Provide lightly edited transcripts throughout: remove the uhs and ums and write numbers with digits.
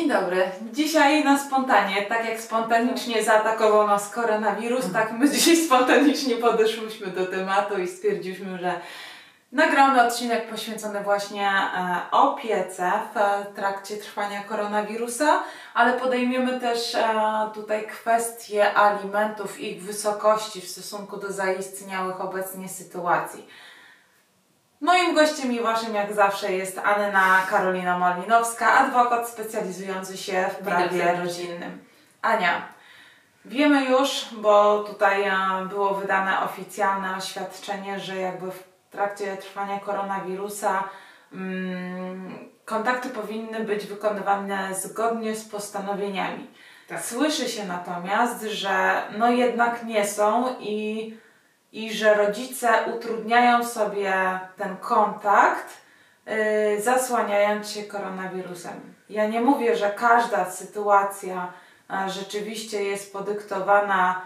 Dzień dobry. Dzisiaj na spontanie, tak jak spontanicznie zaatakował nas koronawirus, tak my dzisiaj spontanicznie podeszłyśmy do tematu i stwierdziliśmy, że nagramy odcinek poświęcony właśnie opiece w trakcie trwania koronawirusa, ale podejmiemy też tutaj kwestię alimentów i ich wysokości w stosunku do zaistniałych obecnie sytuacji. Moim gościem i waszym jak zawsze jest Anna Karolina Malinowska, adwokat specjalizujący się w prawie rodzinnym. Ania, wiemy już, bo tutaj było wydane oficjalne oświadczenie, że jakby w trakcie trwania koronawirusa kontakty powinny być wykonywane zgodnie z postanowieniami. Tak. Słyszy się natomiast, że no jednak nie są i że rodzice utrudniają sobie ten kontakt, zasłaniając się koronawirusem. Ja nie mówię, że każda sytuacja rzeczywiście jest podyktowana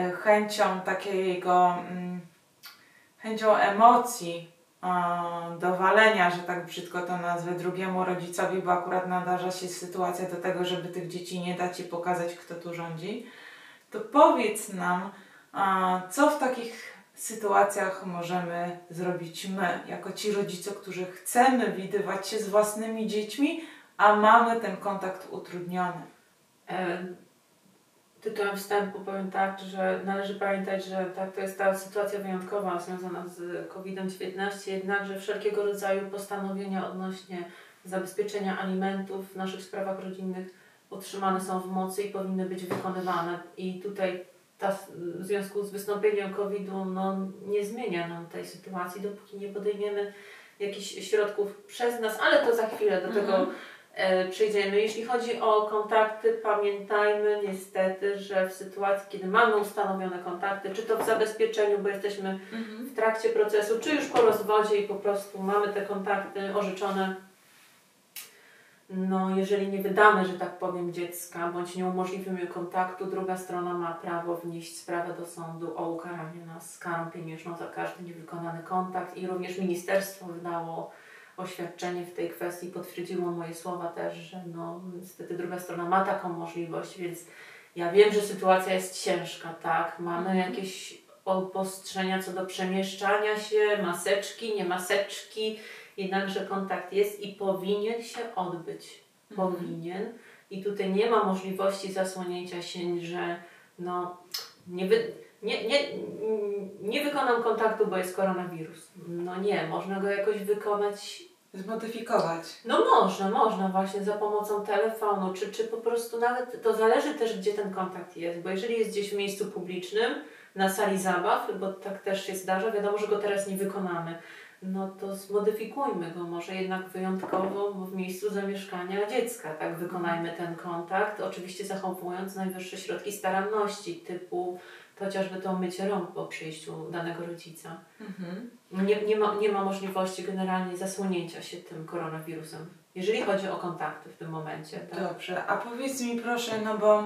chęcią emocji, dowalenia, że tak brzydko to nazwę, drugiemu rodzicowi, bo akurat nadarza się sytuacja do tego, żeby tych dzieci nie dać i pokazać, kto tu rządzi. To powiedz nam, co w takich sytuacjach możemy zrobić my, jako ci rodzice, którzy chcemy widywać się z własnymi dziećmi, a mamy ten kontakt utrudniony. Tytułem wstępu powiem tak, że należy pamiętać, że to jest ta sytuacja wyjątkowa związana z COVID-19, jednakże wszelkiego rodzaju postanowienia odnośnie zabezpieczenia alimentów w naszych sprawach rodzinnych utrzymane są w mocy i powinny być wykonywane. I tutaj w związku z wystąpieniem COVID-u nie zmienia nam tej sytuacji, dopóki nie podejmiemy jakichś środków przez nas, ale to za chwilę do tego przejdziemy. Jeśli chodzi o kontakty, pamiętajmy niestety, że w sytuacji, kiedy mamy ustanowione kontakty, czy to w zabezpieczeniu, bo jesteśmy w trakcie procesu, czy już po rozwodzie i po prostu mamy te kontakty orzeczone, jeżeli nie wydamy, że tak powiem, dziecka, bądź nie umożliwimy kontaktu, druga strona ma prawo wnieść sprawę do sądu o ukaranie nas karą pieniężną za każdy niewykonany kontakt i również ministerstwo wydało oświadczenie w tej kwestii, potwierdziło moje słowa też, że niestety druga strona ma taką możliwość, więc ja wiem, że sytuacja jest ciężka, tak, mamy jakieś obostrzenia co do przemieszczania się, maseczki, nie maseczki, jednakże kontakt jest i powinien się odbyć. Powinien. I tutaj nie ma możliwości zasłonięcia się, że nie wykonam kontaktu, bo jest koronawirus. Nie, można go jakoś wykonać. Zmodyfikować. Można właśnie za pomocą telefonu, czy po prostu nawet, to zależy też gdzie ten kontakt jest, bo jeżeli jest gdzieś w miejscu publicznym, na sali zabaw, bo tak też się zdarza, wiadomo, że go teraz nie wykonamy. To zmodyfikujmy go może jednak wyjątkowo w miejscu zamieszkania dziecka, tak, wykonajmy ten kontakt, oczywiście zachowując najwyższe środki staranności, typu chociażby to mycie rąk po przyjściu danego rodzica. Nie ma możliwości generalnie zasłonięcia się tym koronawirusem, jeżeli chodzi o kontakty w tym momencie. Tak? Dobrze, a powiedz mi proszę, bo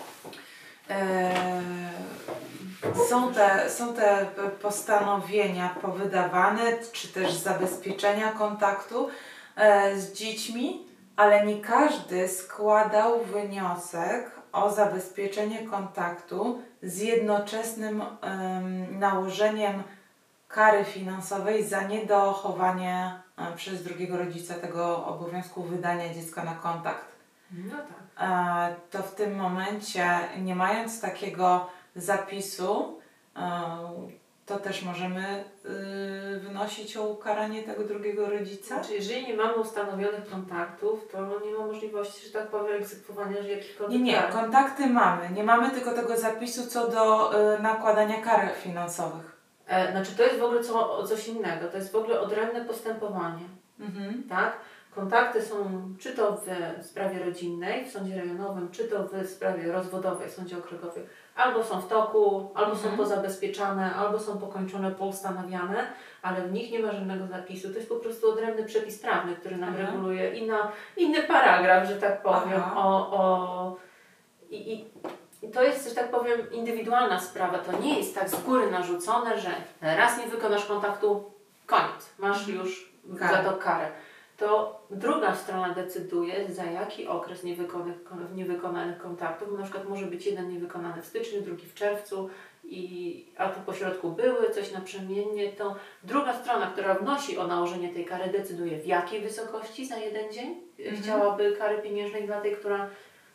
są te postanowienia powydawane, czy też zabezpieczenia kontaktu z dziećmi, ale nie każdy składał wniosek o zabezpieczenie kontaktu z jednoczesnym nałożeniem kary finansowej za niedochowanie przez drugiego rodzica tego obowiązku wydania dziecka na kontakt. To w tym momencie, nie mając takiego zapisu, to też możemy wnosić o ukaranie tego drugiego rodzica? Znaczy, jeżeli nie mamy ustanowionych kontaktów, to nie ma możliwości, że tak powiem, egzekwowania jakichkolwiek Nie, kar. kontakty mamy. Nie mamy tylko tego zapisu co do nakładania kar finansowych. To jest w ogóle coś innego. To jest w ogóle odrębne postępowanie. Tak? Kontakty są czy to w sprawie rodzinnej w sądzie rejonowym, czy to w sprawie rozwodowej w sądzie okręgowym. Albo są w toku, albo są pozabezpieczane, albo są pokończone, poustanawiane, ale w nich nie ma żadnego zapisu. To jest po prostu odrębny przepis prawny, który nam reguluje inny paragraf, że tak powiem. I to jest, że tak powiem, indywidualna sprawa. To nie jest tak z góry narzucone, że raz nie wykonasz kontaktu, koniec. Masz już za to karę. to druga strona decyduje, za jaki okres niewykonanych kontaktów. Na przykład może być jeden niewykonany w styczniu, drugi w czerwcu, a tu pośrodku były coś naprzemiennie, to druga strona, która wnosi o nałożenie tej kary, decyduje, w jakiej wysokości za jeden dzień chciałaby kary pieniężnej dla tej, która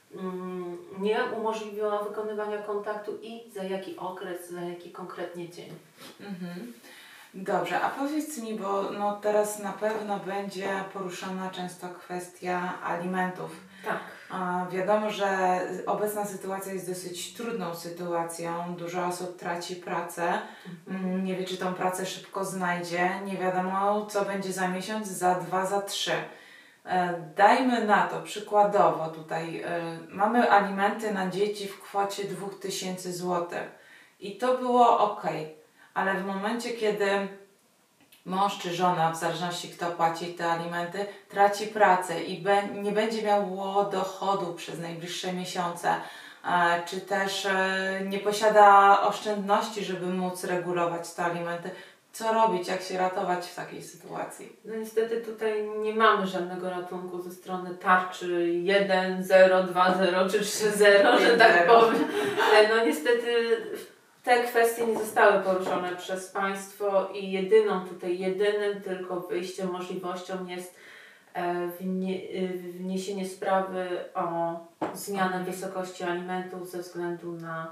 nie umożliwiła wykonywania kontaktu i za jaki okres, za jaki konkretnie dzień. Dobrze, a powiedz mi, bo no teraz na pewno będzie poruszana często kwestia alimentów. Tak. Wiadomo, że obecna sytuacja jest dosyć trudną sytuacją. Dużo osób traci pracę, nie wie, czy tą pracę szybko znajdzie, nie wiadomo, co będzie za miesiąc, za 2, za 3. Dajmy na to, przykładowo tutaj mamy alimenty na dzieci w kwocie 2000 zł i to było ok, ale w momencie, kiedy mąż czy żona, w zależności kto płaci te alimenty, traci pracę i nie będzie miało dochodu przez najbliższe miesiące, czy też nie posiada oszczędności, żeby móc regulować te alimenty, co robić, jak się ratować w takiej sytuacji? No niestety tutaj nie mamy żadnego ratunku ze strony tarczy 1, 0, 2, 0 czy 3, 0, że tak powiem. No niestety te kwestie nie zostały poruszone przez państwo i jedynym tylko wyjściem, możliwością jest wniesienie sprawy o zmianę wysokości alimentów ze względu na...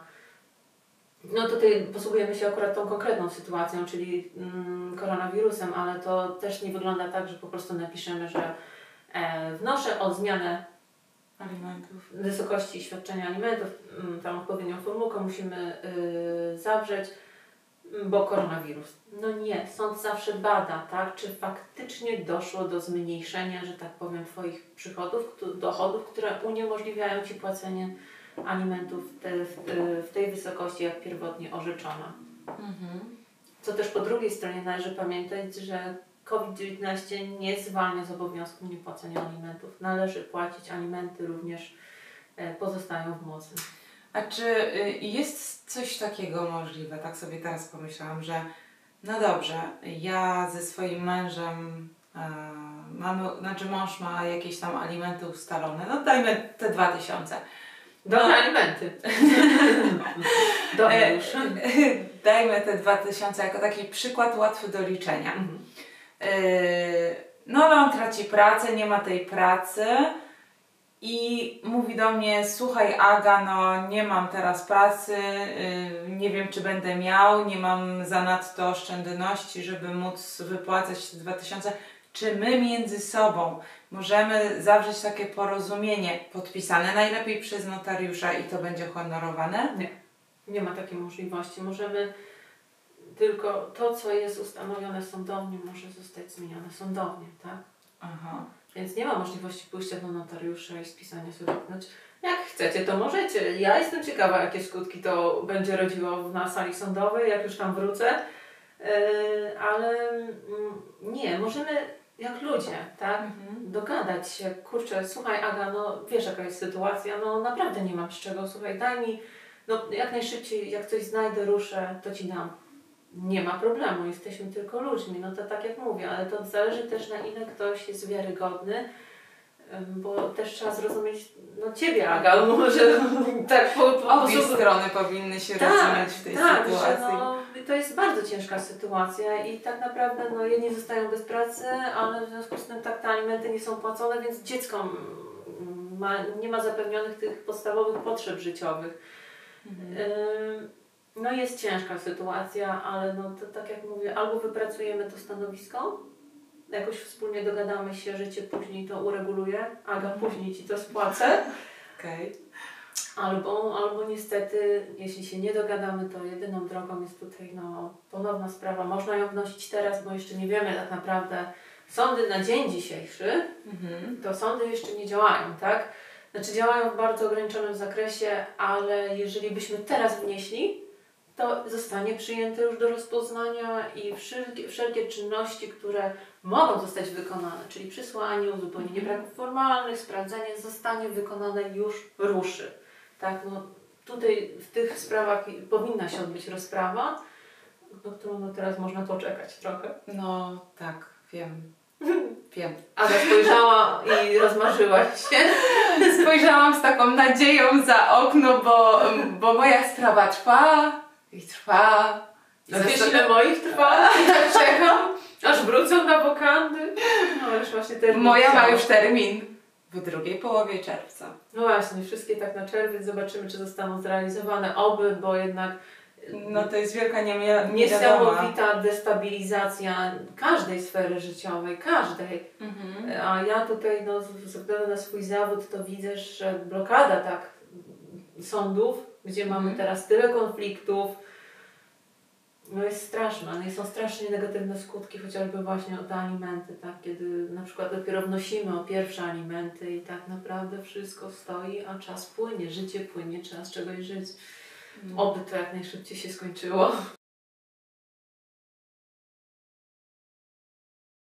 No tutaj posługujemy się akurat tą konkretną sytuacją, czyli koronawirusem, ale to też nie wygląda tak, że po prostu napiszemy, że wnoszę o zmianę Alimentów. Wysokości świadczenia alimentów, tam odpowiednią formułkę musimy zawrzeć, bo koronawirus. No nie, sąd zawsze bada, tak, czy faktycznie doszło do zmniejszenia, że tak powiem, Twoich dochodów, które uniemożliwiają Ci płacenie alimentów w tej wysokości, jak pierwotnie orzeczono. Co też po drugiej stronie należy pamiętać, że COVID-19 nie zwalnia z obowiązku niepłacenia alimentów. Należy płacić alimenty, również pozostają w mocy. A czy jest coś takiego możliwe, tak sobie teraz pomyślałam, że no dobrze, ja ze swoim mężem mąż ma jakieś tam alimenty ustalone, no dajmy te 2000. Dobre alimenty. Dobre już. Dajmy te 2000 jako taki przykład łatwy do liczenia. No ale on traci pracę, nie ma tej pracy i mówi do mnie, słuchaj Aga, no nie mam teraz pracy, nie wiem czy będę miał, nie mam zanadto oszczędności, żeby móc wypłacać te 2000. Czy my między sobą możemy zawrzeć takie porozumienie podpisane najlepiej przez notariusza i to będzie honorowane? Nie, nie ma takiej możliwości. Możemy tylko to, co jest ustanowione sądownie, może zostać zmienione sądownie, tak? Aha. Więc nie ma możliwości pójścia do notariusza i spisania sobie. Znaczy, jak chcecie, to możecie. Ja jestem ciekawa, jakie skutki to będzie rodziło na sali sądowej, jak już tam wrócę. Ale nie, możemy jak ludzie, tak? Dogadać się. Kurczę, słuchaj Aga, no wiesz jaka jest sytuacja, no naprawdę nie mam z czego, słuchaj, daj mi, no jak najszybciej, jak coś znajdę, ruszę, to Ci dam. Nie ma problemu, jesteśmy tylko ludźmi, no to tak jak mówię, ale to zależy też na ile ktoś jest wiarygodny, bo też trzeba zrozumieć, no Ciebie Aga, może tak Obie strony powinny się rozumieć w tej sytuacji. Że to jest bardzo ciężka sytuacja i tak naprawdę no, jedni zostają bez pracy, ale w związku z tym tak te alimenty nie są płacone, więc dziecko nie ma zapewnionych tych podstawowych potrzeb życiowych. No jest ciężka sytuacja, ale no to tak jak mówię, albo wypracujemy to stanowisko, jakoś wspólnie dogadamy się, że Cię później to ureguluje, Aga później Ci to spłacę. Okay. Albo niestety, jeśli się nie dogadamy, to jedyną drogą jest tutaj no, ponowna sprawa. Można ją wnosić teraz, bo jeszcze nie wiemy tak naprawdę. Sądy na dzień dzisiejszy, to sądy jeszcze nie działają, tak? Znaczy działają w bardzo ograniczonym zakresie, ale jeżeli byśmy teraz wnieśli, to zostanie przyjęte już do rozpoznania i wszelkie czynności, które mogą zostać wykonane, czyli przysłanie, uzupełnienie braków formalnych, sprawdzenie, zostanie wykonane, już ruszy. Tak, no tutaj w tych sprawach powinna się odbyć rozprawa, na którą no teraz można poczekać trochę. No tak, wiem. Wiem. Aga spojrzała i rozmarzyłaś się. Spojrzałam z taką nadzieją za okno, bo moja sprawa trwa i trwa. A wiesz, ile moich trwa? I tak czekam, aż wrócą na wokandy. No już właśnie termin. Moja ma już termin w drugiej połowie czerwca. No właśnie, wszystkie tak na czerwiec. Zobaczymy, czy zostaną zrealizowane. Oby, bo jednak No to jest wielka niewiadoma. niesamowita destabilizacja każdej sfery życiowej, każdej. A ja tutaj, no, ze względu na swój zawód, to widzę, że blokada tak sądów, gdzie mamy teraz tyle konfliktów, no jest straszna. No i są strasznie negatywne skutki, chociażby właśnie o te alimenty, tak? Kiedy na przykład dopiero wnosimy o pierwsze alimenty i tak naprawdę wszystko stoi, a czas płynie, życie płynie, trzeba z czegoś żyć. Oby to jak najszybciej się skończyło.